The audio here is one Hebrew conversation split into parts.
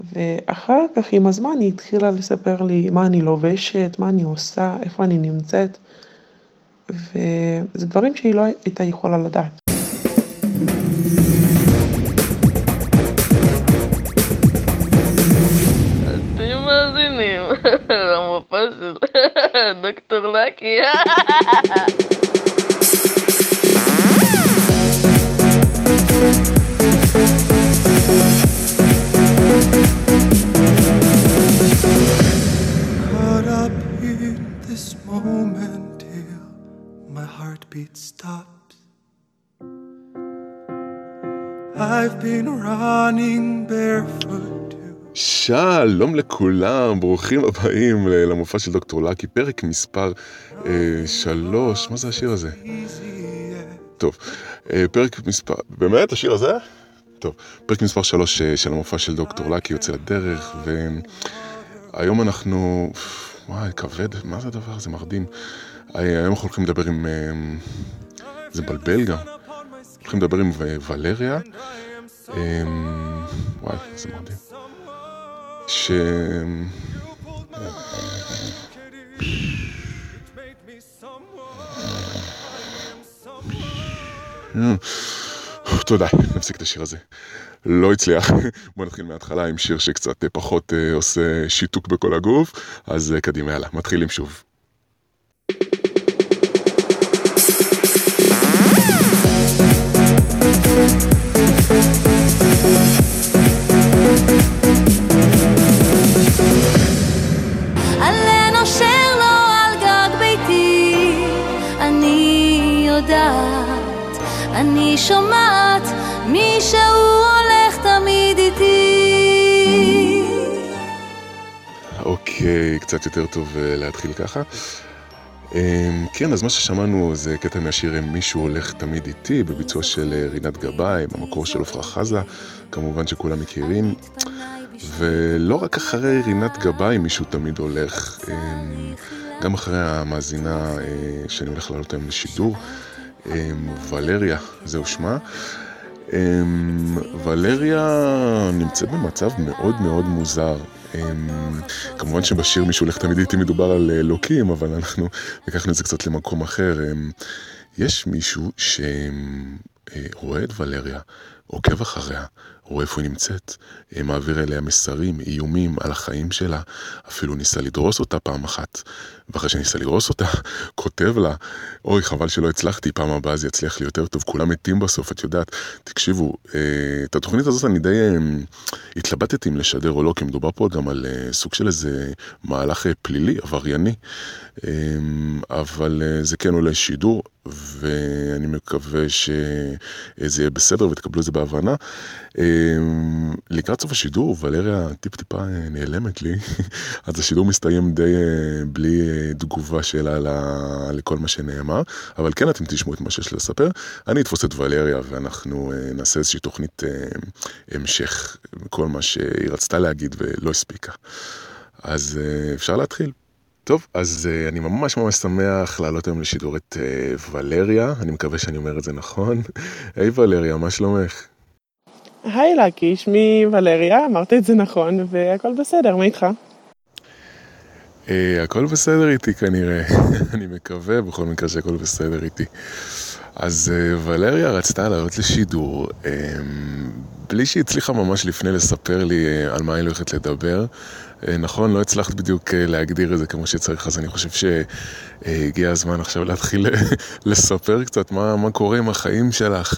ואחר כך עם הזמן היא התחילה לספר לי מה אני לובשת, מה אני עושה, איפה אני נמצאת, וזה דברים שהיא לא הייתה יכולה לדעת. אתם מאזינים למופע של דוקטור לקי. Caught up in this moment till my heartbeat stops. I've been running barefoot too. שלום לכולם, ברוכים הבאים למופע של דוקטור לקי, פרק מספר 3, מה זה השיר הזה? טוב, פרק מספר, באמת השיר הזה? טוב, פרק מספר 3 של המופע של דוקטור לקי יוצא לדרך, והיום אנחנו, וואי, כבד, מה זה הדבר הזה, מרדים. היום אנחנו הולכים לדבר עם, זה בלבל גם, הולכים לדבר עם ולריה, וואי, זה מרדים. תודה, נפסיק את השיר הזה. לא הצליח. בוא נתחיל מההתחלה עם שיר שקצת פחות עושה שיתוק בכל הגוף, אז קדימה, יאללה, מתחילים שוב. עלה נושר לו על גג ביתי, אני יודעת, אני שומעת, מישהו הולך תמיד איתי. אוקיי, קצת יותר טוב להתחיל ככה. כן, אז מה ששמענו זה קטע מהשיר מישהו הולך תמיד איתי, בביצוע של רינת גבאי, במקור של עפרה חזה, כמובן שכולם מכירים. ולא רק אחרי רינת גבאי מישהו תמיד הולך, גם אחרי המאזינה שאני הולך לעלות היום לשידור, ולריה, זהו שמה. ולריה נמצאת במצב מאוד מאוד מוזר. כמובן שבשיר מישהו הולך תמיד איתי מדובר על אלוקים, אבל אנחנו לקחנו את זה קצת למקום אחר. יש מישהו שרואה את ולריה, עוקב אחריה, רואה איפה היא נמצאת, מעביר אליה מסרים, איומים על החיים שלה, אפילו ניסה לדרוס אותה פעם אחת, ואחרי שניסה לדרוס אותה, כותב לה, אוי, חבל שלא הצלחתי, פעם הבאה זה יצליח לי יותר טוב, כולם מתים בסוף, את יודעת. תקשיבו, את התוכנית הזאת אני די התלבטתי אם לשדר או לא, כי מדובר פה גם על סוג של איזה מהלך פלילי, עברייני, אבל זה כן עולה שידור, ואני מקווה שזה יהיה בסדר ותקבלו את זה בהבנה. לקראת סוף השידור, ולריה טיפה נעלמת לי, אז השידור מסתיים די בלי תגובה שלה לכל מה שנאמר, אבל כן אתם תשמעו את מה שיש לספר. אני אתפוס את ולריה ואנחנו נעשה איזושהי תוכנית המשך, כל מה שהיא רצתה להגיד ולא הספיקה. אז אפשר להתחיל. טוב, אז אני ממש שמח לעלות היום לשידור את ולריה, אני מקווה שאני אומר את זה נכון. היי ולריה, מה שלומך? היי לקי, שמי ולריה, אמרת את זה נכון, והכל בסדר, מה איתך? הכל בסדר איתי כנראה, אני מקווה בכל מקרה שהכל בסדר איתי. אז ולריה רצתה לעלות לשידור, בלי שהיא הצליחה ממש לפני לספר לי על מה היא הולכת לדבר. נכון, לא הצלחת בדיוק להגדיר את זה כמו שצריך, אז אני חושב שהגיע הזמן עכשיו להתחיל לספר קצת מה קורה עם החיים שלך.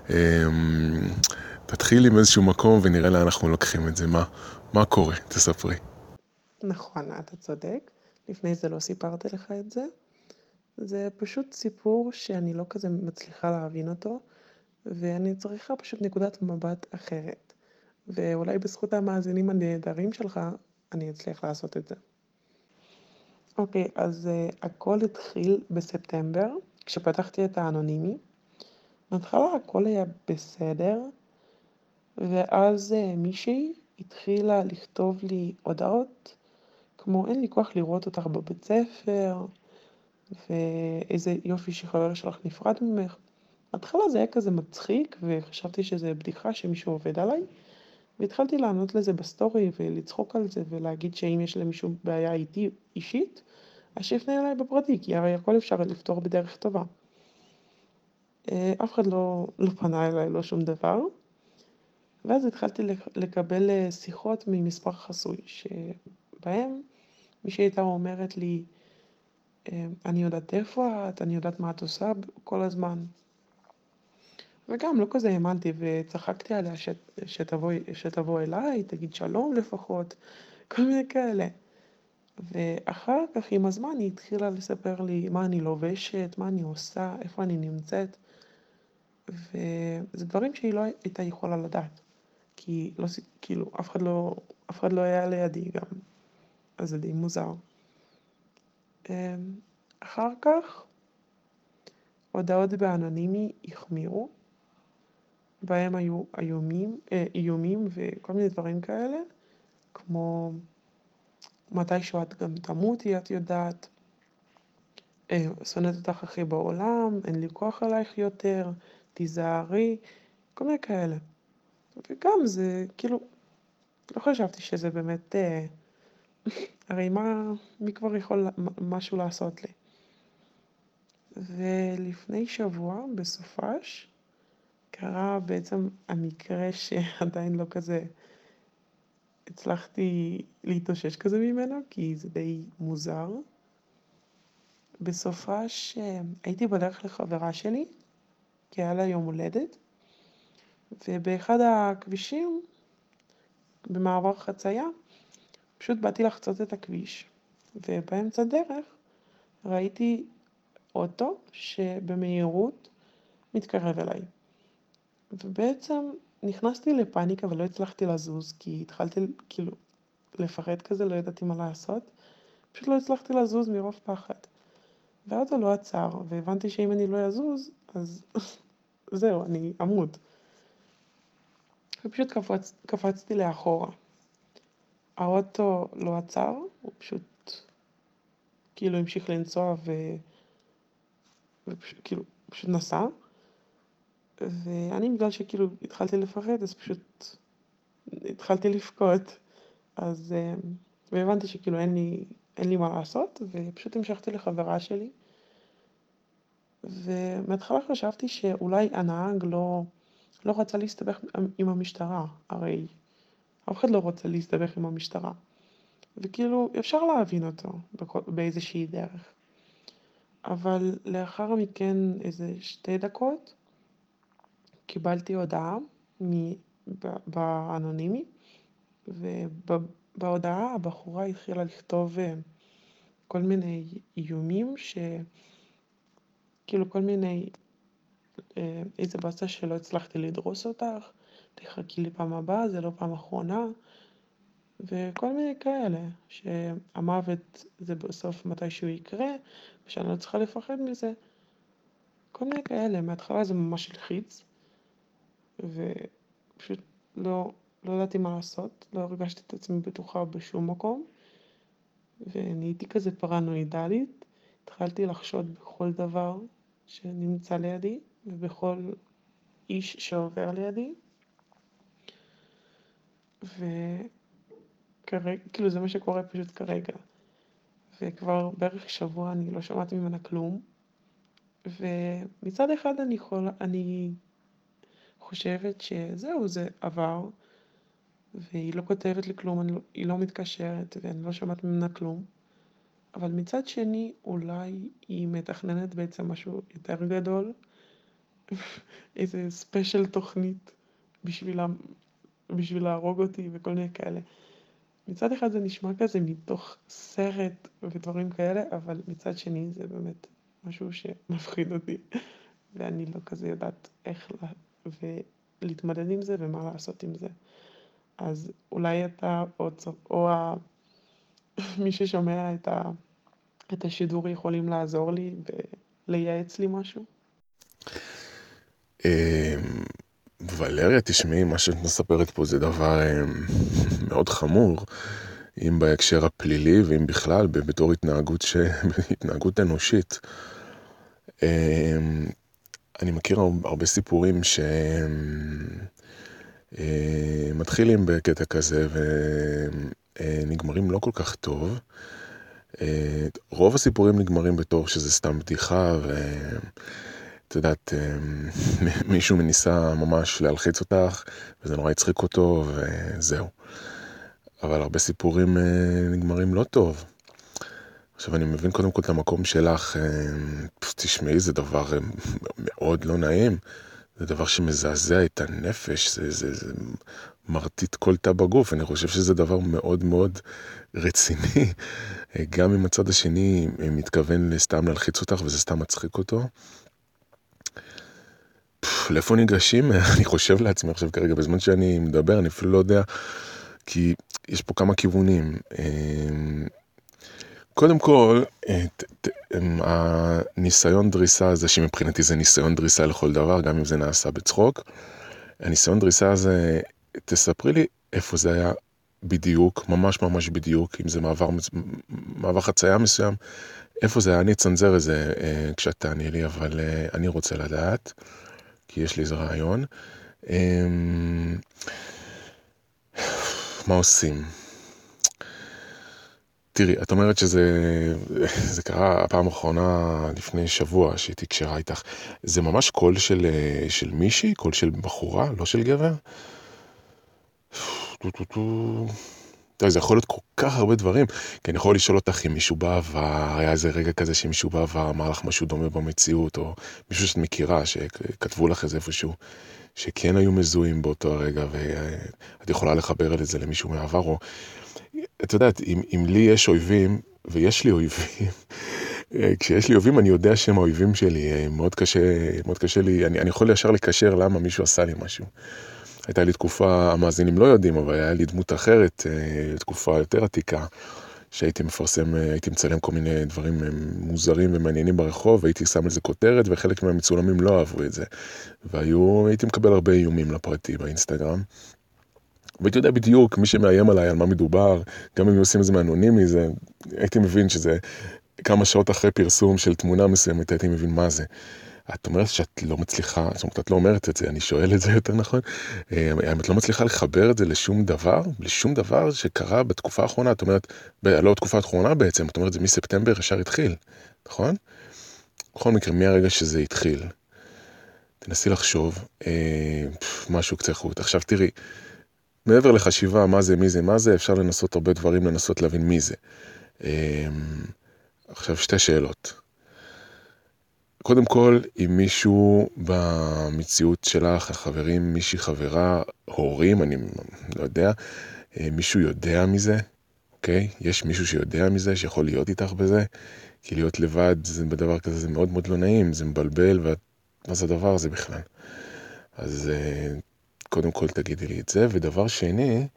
תתחיל עם איזשהו מקום ונראה לאן אנחנו לוקחים את זה, מה קורה? תספרי. נכון, אתה צודק, לפני זה לא סיפרתי לך את זה. זה פשוט סיפור שאני לא כזה מצליחה להבין אותו, ואני צריכה פשוט נקודת מבט אחרת. ואולי בזכות המאזינים הנהדרים שלך, אני אצליח לעשות את זה. אוקיי, אז הכל התחיל בספטמבר, כשפתחתי את האנונימי. בהתחלה הכל היה בסדר, ואז מישהי התחילה לכתוב לי הודעות, כמו אין לי כוח לראות אותך בבית ספר, ואיזה יופי שחבר שלך נפרד ממך. בהתחלה זה היה כזה מצחיק, וחשבתי שזה בדיחה שמישהו עובד עליי, והתחלתי לענות לזה בסטורי ולצחוק על זה ולהגיד שאם יש למישהו בעיה איתי אישית, אז שיפנה אליי בפרטי, כי הרי הכל אפשר לפתור בדרך טובה. אף אחד לא פנה אליי, לא שום דבר. ואז התחלתי לקבל שיחות ממספר חסוי, שבהם מישהי הייתה אומרת לי, אני יודעת איפה את, אני יודעת מה את עושה כל הזמן. וגם לא כזה האמנתי, וצחקתי עליה שתבוא אליי, תגיד שלום לפחות, כל מיני כאלה. ואחר כך עם הזמן היא התחילה לספר לי מה אני לובשת, מה אני עושה, איפה אני נמצאת. וזה דברים שהיא לא הייתה יכולה לדעת. כי לא, כאילו, אף אחד לא היה לידי גם. אז זה די מוזר. אחר כך, הודעות באנונימי החמירו. בהם היו איומים וכל מיני דברים כאלה, כמו מתישהו את גם תמותי, את יודעת, שונאת אותך הכי בעולם, אין לי כוח עלייך יותר, תיזהרי, כל מיני כאלה. וגם זה, כאילו, לא חשבתי שזה באמת, הרי מי כבר יכול משהו לעשות לי? ולפני שבוע, בסופש, קרה בעצם המקרה שעדיין לא כזה הצלחתי להתאושש כזה ממנו, כי זה די מוזר. בסופש הייתי בדרך לחברה שלי, כי היה לה יום הולדת, ובאחד הכבישים, במעבר חצייה, פשוט באתי לחצות את הכביש, ובאמצע דרך ראיתי אוטו שבמהירות מתקרב אליי. ובעצם נכנסתי לפאניקה ולא הצלחתי לזוז, כי התחלתי כאילו לפחד כזה, לא ידעתי מה לעשות. פשוט לא הצלחתי לזוז מרוב פחד. והאוטו לא עצר, והבנתי שאם אני לא אזוז, אז זהו, אני אמות. ופשוט קפצתי לאחורה. האוטו לא עצר, הוא פשוט כאילו המשיך לנסוע פשוט נסע. ואני בגלל שכאילו התחלתי לפחד, אז פשוט התחלתי לבכות. אז והבנתי שכאילו אין לי מה לעשות, ופשוט המשכתי לחברה שלי. ומהתחלה חשבתי שאולי הנהג לא רצה להסתבך עם המשטרה, הרי אף אחד לא רוצה להסתבך עם המשטרה. וכאילו אפשר להבין אותו באיזושהי דרך. אבל לאחר מכן איזה 2 דקות, קיבלתי הודעה באנונימי, ובהודעה הבחורה התחילה לכתוב כל מיני איומים, כאילו כל מיני, איזה באסה שלא הצלחתי לדרוס אותך, תחכי לי פעם הבאה, זה לא פעם אחרונה, וכל מיני כאלה, שהמוות זה בסוף מתישהו יקרה, ושאני לא צריכה לפחד מזה. כל מיני כאלה, מההתחלה זה ממש הלחיץ, ופשוט לא ידעתי מה לעשות, לא הרגשתי את עצמי בטוחה בשום מקום, ונהייתי כזה פרנואידלית, התחלתי לחשוד בכל דבר שנמצא לידי, ובכל איש שעובר לידי, כאילו זה מה שקורה פשוט כרגע, וכבר בערך שבוע אני לא שמעתי ממנה כלום, ומצד אחד אני חושבת שזהו, זה עבר, והיא לא כותבת לי כלום, היא לא מתקשרת, ואני לא שמעת ממנה כלום. אבל מצד שני, אולי היא מתכננת בעצם משהו יותר גדול, איזה ספיישל תוכנית בשביל להרוג אותי וכל מיני כאלה. מצד אחד זה נשמע כזה מתוך סרט ודברים כאלה, אבל מצד שני זה באמת משהו שמפחיד אותי, ואני לא כזה יודעת איך להתמודד עם זה ומה לעשות עם זה. אז אולי אתה או מי ששומע את השידור יכולים לעזור לי ולייעץ לי משהו? ולריה, תשמעי, מה שאת מספרת פה זה דבר מאוד חמור, אם בהקשר הפלילי ואם בכלל בתור התנהגות אנושית. אני מכיר הרבה סיפורים מתחילים בקטע כזה ונגמרים לא כל כך טוב. רוב הסיפורים נגמרים בתור שזה סתם בדיחה, ואת יודעת, מישהו ניסה ממש להלחיץ אותך, וזה נורא הצחיק אותו, וזהו. אבל הרבה סיפורים נגמרים לא טוב. עכשיו אני מבין קודם כל את המקום שלך, תשמעי, זה דבר מאוד לא נעים, זה דבר שמזעזע את הנפש, זה מרטיט כל תא בגוף, אני חושב שזה דבר מאוד מאוד רציני, גם אם הצד השני מתכוון סתם להלחיץ אותך וזה סתם מצחיק אותו. לאיפה ניגשים? אני חושב לעצמי עכשיו כרגע, בזמן שאני מדבר, אני אפילו לא יודע, כי יש פה כמה כיוונים. קודם כל, הניסיון דריסה הזה, שמבחינתי זה ניסיון דריסה לכל דבר, גם אם זה נעשה בצחוק, הניסיון דריסה הזה, תספרי לי איפה זה היה בדיוק, ממש ממש בדיוק, אם זה מעבר חצייה מסוים, איפה זה היה, אני צנזר את זה כשאת תעני לי, אבל אני רוצה לדעת, כי יש לי איזה רעיון. מה עושים? תראי, את אומרת שזה קרה הפעם האחרונה לפני שבוע שהייתי קשרה איתך. זה ממש קול של מישהי, קול של בחורה, לא של גבר? זה יכול להיות כל כך הרבה דברים, כי אני יכול לשאול אותך אם מישהו בעבר, היה איזה רגע כזה שמישהו בעבר אמר לך משהו דומה במציאות, או מישהו שאת מכירה, שכתבו לך איזה איפשהו, שכן היו מזוהים באותו הרגע, ואת יכולה לחבר את זה למישהו מעבר, או את יודעת, אם לי יש אויבים, ויש לי אויבים, כשיש לי אויבים אני יודע שהם האויבים שלי, מאוד קשה לי, אני יכול ישר לקשר למה מישהו עשה לי משהו. הייתה לי תקופה, המאזינים לא יודעים, אבל היה לי דמות אחרת, תקופה יותר עתיקה, שהייתי מפרסם, הייתי מצלם כל מיני דברים מוזרים ומעניינים ברחוב, והייתי שם על זה כותרת, וחלק מהמצולמים לא אהבו את זה. והייתי מקבל הרבה איומים לפרטי באינסטגרם. והייתי יודע בדיוק, מי שמאיים עליי, על מה מדובר, גם אם עושים את זה מאנונימי, הייתי מבין שזה כמה שעות אחרי פרסום של תמונה מסוימת, הייתי מבין מה זה. את אומרת שאת לא מצליחה, זאת אומרת, את לא אומרת את זה, אני שואל את זה יותר נכון, את לא מצליחה לחבר את זה לשום דבר שקרה בתקופה האחרונה, את אומרת, לא בתקופה האחרונה בעצם, את אומרת, זה מספטמבר ישר התחיל, נכון? בכל מקרה, מהרגע שזה התחיל, תנסי לחשוב, משהו קצה חוט. עכשיו תראי, מעבר לחשיבה, מה זה, מי זה, מה זה, אפשר לנסות הרבה דברים, לנסות להבין מי זה. עכשיו, שתי שאלות. קודם כל, אם מישהו במציאות שלך, החברים, מישהי חברה, הורים, אני לא יודע, מישהו יודע מזה, אוקיי? יש מישהו שיודע מזה, שיכול להיות איתך בזה, כי להיות לבד בדבר כזה זה מאוד מאוד לא נעים, זה מבלבל, מה זה הדבר הזה בכלל? אז קודם כל תגידי לי את זה, ודבר שני,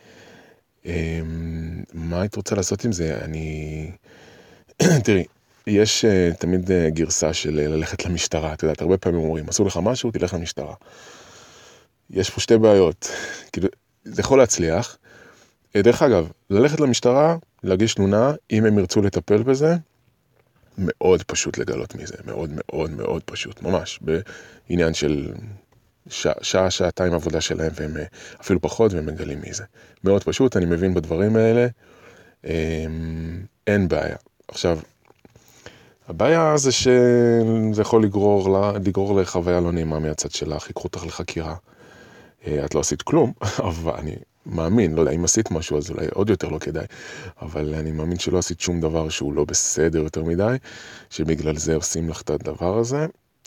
מה היית רוצה לעשות עם זה? תראי, יש תמיד גרסה של ללכת למשטרה, את יודעת, הרבה פעמים אומרים, עשו לך משהו, תלך למשטרה. יש פה שתי בעיות, כאילו, זה יכול להצליח. דרך אגב, ללכת למשטרה, להגיש תלונה, אם הם ירצו לטפל בזה, מאוד פשוט לגלות מזה, מאוד מאוד מאוד פשוט, ממש, בעניין של שעתיים עבודה שלהם, והם אפילו פחות, והם מגלים מזה. מאוד פשוט, אני מבין בדברים האלה, אין בעיה. עכשיו, הבעיה זה שזה יכול לגרור לחוויה לא נעימה מהצד שלך, יקחו אותך לחקירה. את לא עשית כלום, אבל אני מאמין, לא יודע, אם עשית משהו אז אולי עוד יותר לא כדאי, אבל אני מאמין שלא עשית שום דבר שהוא לא בסדר יותר מדי, שבגלל זה עושים לך את הדבר הזה.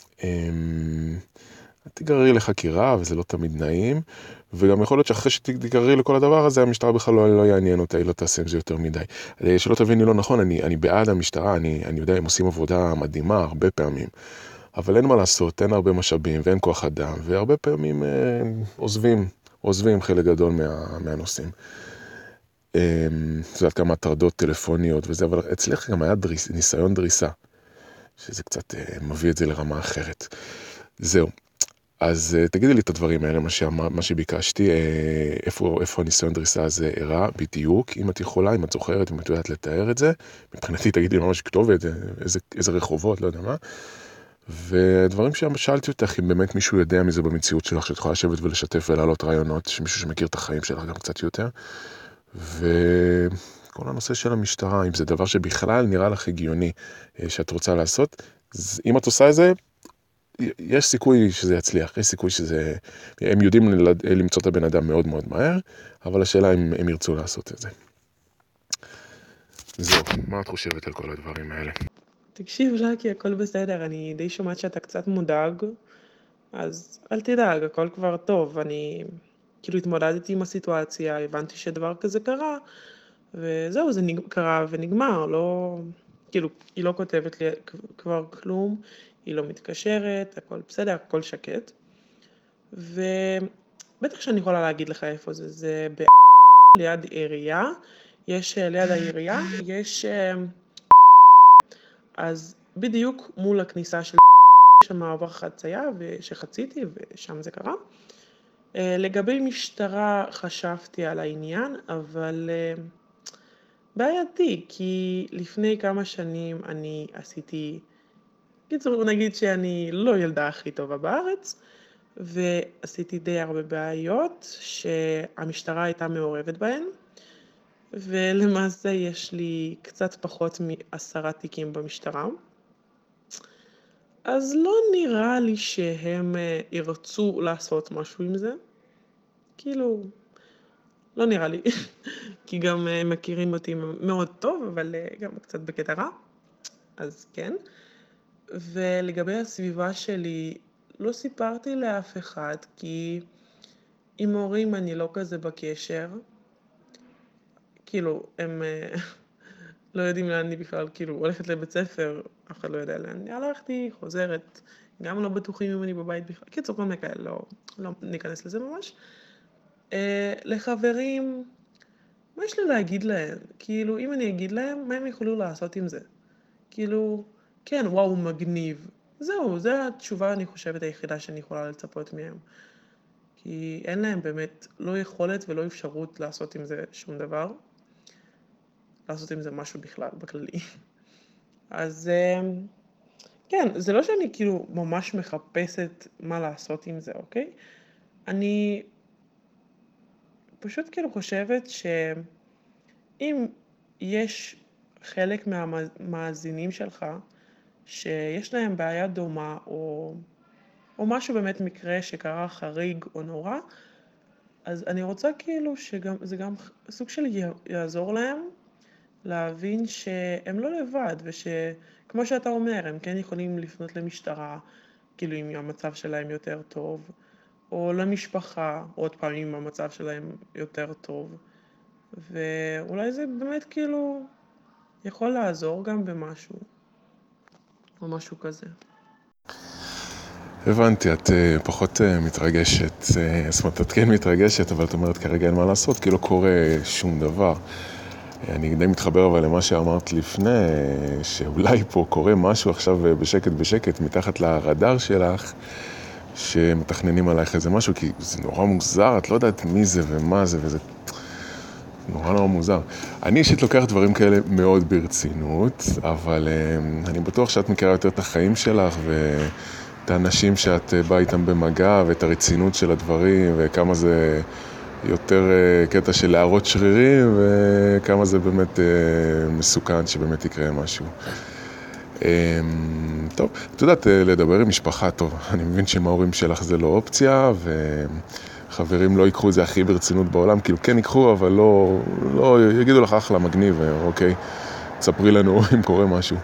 תיגררי לחקירה, וזה לא תמיד נעים, וגם יכול להיות שאחרי שתיגררי לכל הדבר הזה, המשטרה בכלל לא יעניין אותה, היא לא תעשה עם זה יותר מדי. שלא תביני לא נכון, אני בעד המשטרה, אני יודע, הם עושים עבודה מדהימה הרבה פעמים, אבל אין מה לעשות, אין הרבה משאבים ואין כוח אדם, והרבה פעמים עוזבים חלק גדול מהנושאים. זאת יודעת כמה הטרדות טלפוניות וזה, אבל אצלך גם היה ניסיון דריסה, שזה קצת מביא את זה לרמה אחרת. זהו. אז תגידי לי את הדברים האלה, מה שביקשתי, איפה הניסיון דריסה הזה הראה בדיוק, אם את יכולה, אם את זוכרת, אם את יודעת לתאר את זה, מבחינתי תגידי ממש כתובת, איזה רחובות, לא יודע מה. ודברים ששאלתי אותך, אם באמת מישהו יודע מזה במציאות שלך, שאת יכולה לשבת ולשתף ולהעלות רעיונות, שמישהו שמכיר את החיים שלך גם קצת יותר, וכל הנושא של המשטרה, אם זה דבר שבכלל נראה לך הגיוני שאת רוצה לעשות, אז אם את עושה את זה, יש סיכוי שזה יצליח, יש סיכוי שזה, הם יודעים למצוא את הבן אדם מאוד מאוד מהר, אבל השאלה אם הם ירצו לעשות את זה. זהו, מה את חושבת על כל הדברים האלה? תקשיב ז'קי, הכל בסדר, אני די שומעת שאתה קצת מודאג, אז אל תדאג, הכל כבר טוב, אני כאילו התמודדתי עם הסיטואציה, הבנתי שדבר כזה קרה, וזהו, זה קרה ונגמר, לא, כאילו, היא לא כותבת לי כבר כלום, היא לא מתקשרת, הכל בסדר, הכל שקט, ובטח שאני יכולה להגיד לך איפה זה, זה ליד עירייה, יש ליד העירייה, יש, אז בדיוק מול הכניסה של שם מעבר חצייה שחציתי ושם זה קרה. לגבי משטרה חשבתי על העניין, אבל בעייתי, כי לפני כמה שנים אני עשיתי, קיצור נגיד שאני לא ילדה הכי טובה בארץ, ועשיתי די הרבה בעיות שהמשטרה הייתה מעורבת בהן, ולמעשה יש לי קצת פחות מ10 תיקים במשטרה. אז לא נראה לי שהם ירצו לעשות משהו עם זה. כאילו, לא נראה לי. כי גם מכירים אותי מאוד טוב, אבל גם קצת בקטע רע. אז כן. ולגבי הסביבה שלי, לא סיפרתי לאף אחד, כי עם הורים אני לא כזה בקשר. כאילו, הם לא יודעים לאן אני בכלל, כאילו, הולכת לבית ספר, אף אחד לא יודע לאן אני הלכתי, חוזרת, גם לא בטוחים אם אני בבית בכלל. קיצור, כל מיני כאלה, לא ניכנס לזה ממש. לחברים, מה יש לי להגיד להם? כאילו, אם אני אגיד להם, מה הם יכולו לעשות עם זה? כאילו, כן, וואו, מגניב. זהו, זו התשובה, אני חושבת, היחידה שאני יכולה לצפות מהם. כי אין להם באמת לא יכולת ולא אפשרות לעשות עם זה שום דבר. לעשות עם זה משהו בכלל, בכללי. אז כן, זה לא שאני כאילו ממש מחפשת מה לעשות עם זה, אוקיי? אני פשוט כאילו חושבת שאם יש חלק מהמאזינים שלך שיש להם בעיה דומה, או משהו באמת מקרה שקרה חריג או נורא, אז אני רוצה כאילו שזה גם סוג של יעזור להם להבין שהם לא לבד, ושכמו שאתה אומר, הם כן יכולים לפנות למשטרה, כאילו אם המצב שלהם יותר טוב, או למשפחה, עוד פעם אם המצב שלהם יותר טוב, ואולי זה באמת כאילו יכול לעזור גם במשהו, או משהו כזה. הבנתי, את פחות מתרגשת, זאת אומרת, את כן מתרגשת, אבל את אומרת כרגע אין מה לעשות, כי לא קורה שום דבר. אני די מתחבר אבל למה שאמרת לפני, שאולי פה קורה משהו עכשיו בשקט מתחת לרדאר שלך, שמתכננים עלייך איזה משהו, כי זה נורא מוזר, את לא יודעת מי זה ומה זה, וזה נורא מוזר. אני אישית לוקח דברים כאלה מאוד ברצינות, אבל אני בטוח שאת מכירה יותר את החיים שלך, ואת האנשים שאת באה איתם במגע, ואת הרצינות של הדברים, וכמה זה יותר קטע של להראות שרירים, וכמה זה באמת מסוכן שבאמת יקרה משהו. טוב, את יודעת, לדבר עם משפחה טוב. אני מבין שעם ההורים שלך זה לא אופציה, וחברים לא ייקחו את זה הכי ברצינות בעולם, כאילו כן ייקחו, אבל לא יגידו לך אחלה, מגניב, אוקיי, תספרי לנו אם קורה משהו.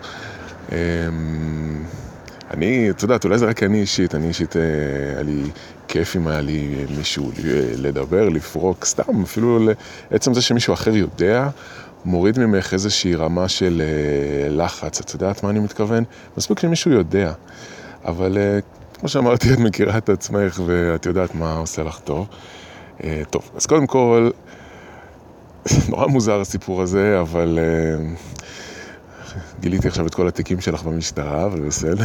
את יודעת, אולי זה רק אני אישית, היה לי כיף אם היה לי מישהו לדבר, לפרוק, סתם, אפילו לעצם זה שמישהו אחר יודע, מוריד ממך איזושהי רמה של לחץ, את יודעת מה אני מתכוון? מספיק שמישהו יודע, אבל כמו שאמרתי, את מכירה את עצמך ואת יודעת מה עושה לך טוב. טוב, אז קודם כל, נורא מוזר הסיפור הזה, אבל גיליתי עכשיו את כל התיקים שלך במשטרה, אבל בסדר.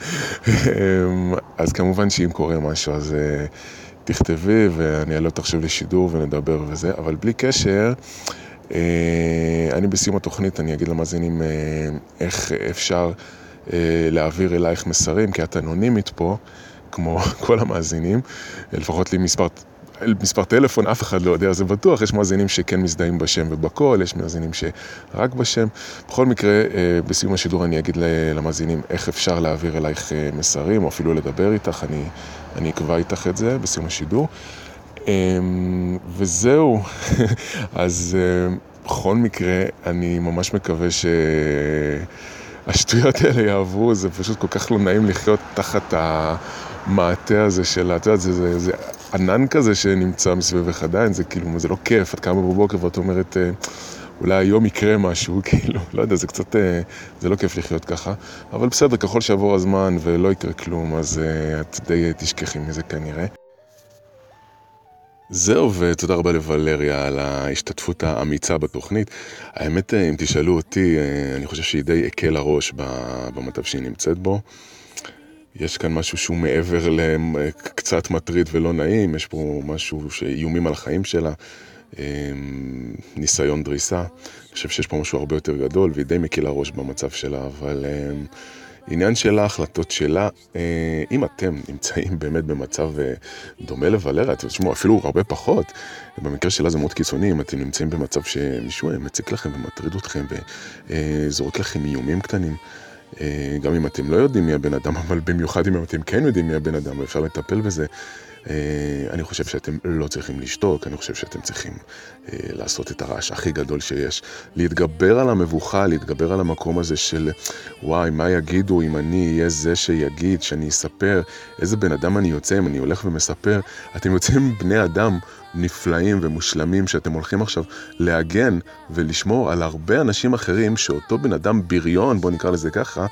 אז כמובן שאם קורה משהו, אז תכתבי ואני אעלה אותך עכשיו לשידור ונדבר וזה, אבל בלי קשר, אני בסיום התוכנית, אני אגיד למאזינים איך אפשר להעביר אלייך מסרים, כי את אנונימית פה, כמו כל המאזינים, לפחות לי מספר טלפון, אף אחד לא יודע, זה בטוח, יש מאזינים שכן מזדהים בשם ובקול, יש מאזינים שרק בשם. בכל מקרה, בסיום השידור אני אגיד למאזינים איך אפשר להעביר אלייך מסרים, או אפילו לדבר איתך, אני אקבע איתך את זה בסיום השידור. וזהו, אז בכל מקרה, אני ממש מקווה שהשטויות האלה יעברו, זה פשוט כל כך לא נעים לחיות תחת המעטה הזה של, את יודעת, זה ענן כזה שנמצא מסביבך עדיין, זה כאילו, זה לא כיף, את קמה בבוקר ואת אומרת, אולי היום יקרה משהו, כאילו, לא יודע, זה קצת, זה לא כיף לחיות ככה, אבל בסדר, ככל שעבור הזמן ולא יקרה כלום, אז את די תשכחי מזה כנראה. זהו, ותודה רבה לוולריה על ההשתתפות האמיצה בתוכנית. האמת, אם תשאלו אותי, אני חושב שהיא די הקל הראש במצב שהיא נמצאת בו. יש כאן משהו שהוא מעבר לקצת מטריד ולא נעים, יש פה משהו שאיומים על החיים שלה, ניסיון דריסה. אני חושב שיש פה משהו הרבה יותר גדול, והיא די מקל הראש במצב שלה, אבל עניין שלה, החלטות שלה, אם אתם נמצאים באמת במצב דומה לוולריה, אתם תשמעו אפילו הרבה פחות, במקרה שלה זה מאוד קיצוני, אם אתם נמצאים במצב שמישהו מציק לכם ומטריד אתכם וזורק לכם איומים קטנים, גם אם אתם לא יודעים מי הבן אדם, אבל במיוחד אם אתם כן יודעים מי הבן אדם ואפשר לטפל בזה, אני חושב שאתם לא צריכים לשתוק, אני חושב שאתם צריכים לעשות את הרעש הכי גדול שיש, להתגבר על המבוכה, להתגבר על המקום הזה של וואי, מה יגידו אם אני אהיה זה שיגיד, שאני אספר, איזה בן אדם אני יוצא, אם אני הולך ומספר, אתם יוצאים בני אדם נפלאים ומושלמים שאתם הולכים עכשיו להגן ולשמור על הרבה אנשים אחרים שאותו בן אדם בריון, בוא נקרא לזה ככה,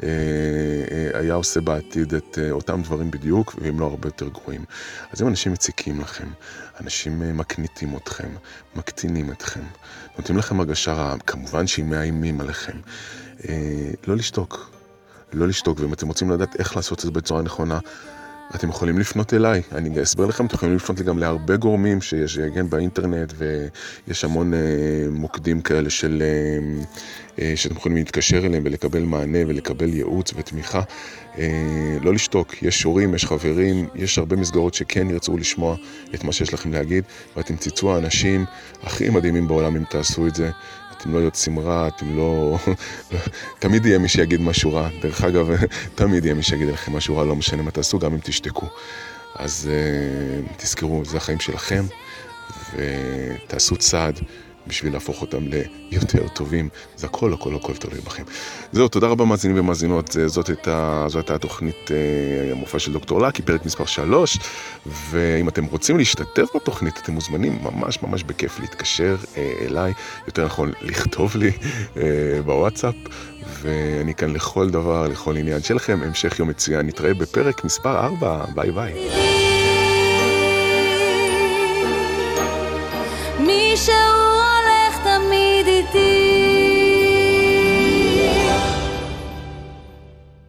היה עושה בעתיד את אותם דברים בדיוק, והם לא הרבה יותר גרועים. אז אם אנשים מציקים לכם, אנשים מקניטים אתכם, מקטינים אתכם, נותנים לכם הרגשה רעה, כמובן שהם מאיימים עליכם, לא לשתוק. לא לשתוק, ואם אתם רוצים לדעת איך לעשות את זה בצורה נכונה, אתם יכולים לפנות אליי, אני אסבר לכם, אתם יכולים לפנות גם להרבה גורמים שיש באינטרנט, ויש המון מוקדים כאלה שאתם יכולים להתקשר אליהם ולקבל מענה ולקבל ייעוץ ותמיכה. לא לשתוק, יש שורים, יש חברים, יש הרבה מסגרות שכן ירצו לשמוע את מה שיש לכם להגיד, ואתם תצאו האנשים הכי מדהימים בעולם אם תעשו את זה. אתם לא יוצאים רע, אתם לא... תמיד יהיה מי שיגיד משהו רע. דרך אגב, תמיד יהיה מי שיגיד לכם משהו רע, לא משנה מה תעשו, גם אם תשתקו. אז תזכרו, זה החיים שלכם, ותעשו צעד בשביל להפוך אותם ליותר טובים. זה הכל תלוי בכם. זהו, תודה רבה מאזינים ומאזינות. זאת הייתה התוכנית המופע של דוקטור לקי, פרק מספר 3, ואם אתם רוצים להשתתף בתוכנית, אתם מוזמנים ממש ממש בכיף להתקשר אליי, יותר נכון לכתוב לי בוואטסאפ, ואני כאן לכל דבר, לכל עניין שלכם. המשך יום מצוין, נתראה בפרק מספר 4, ביי ביי.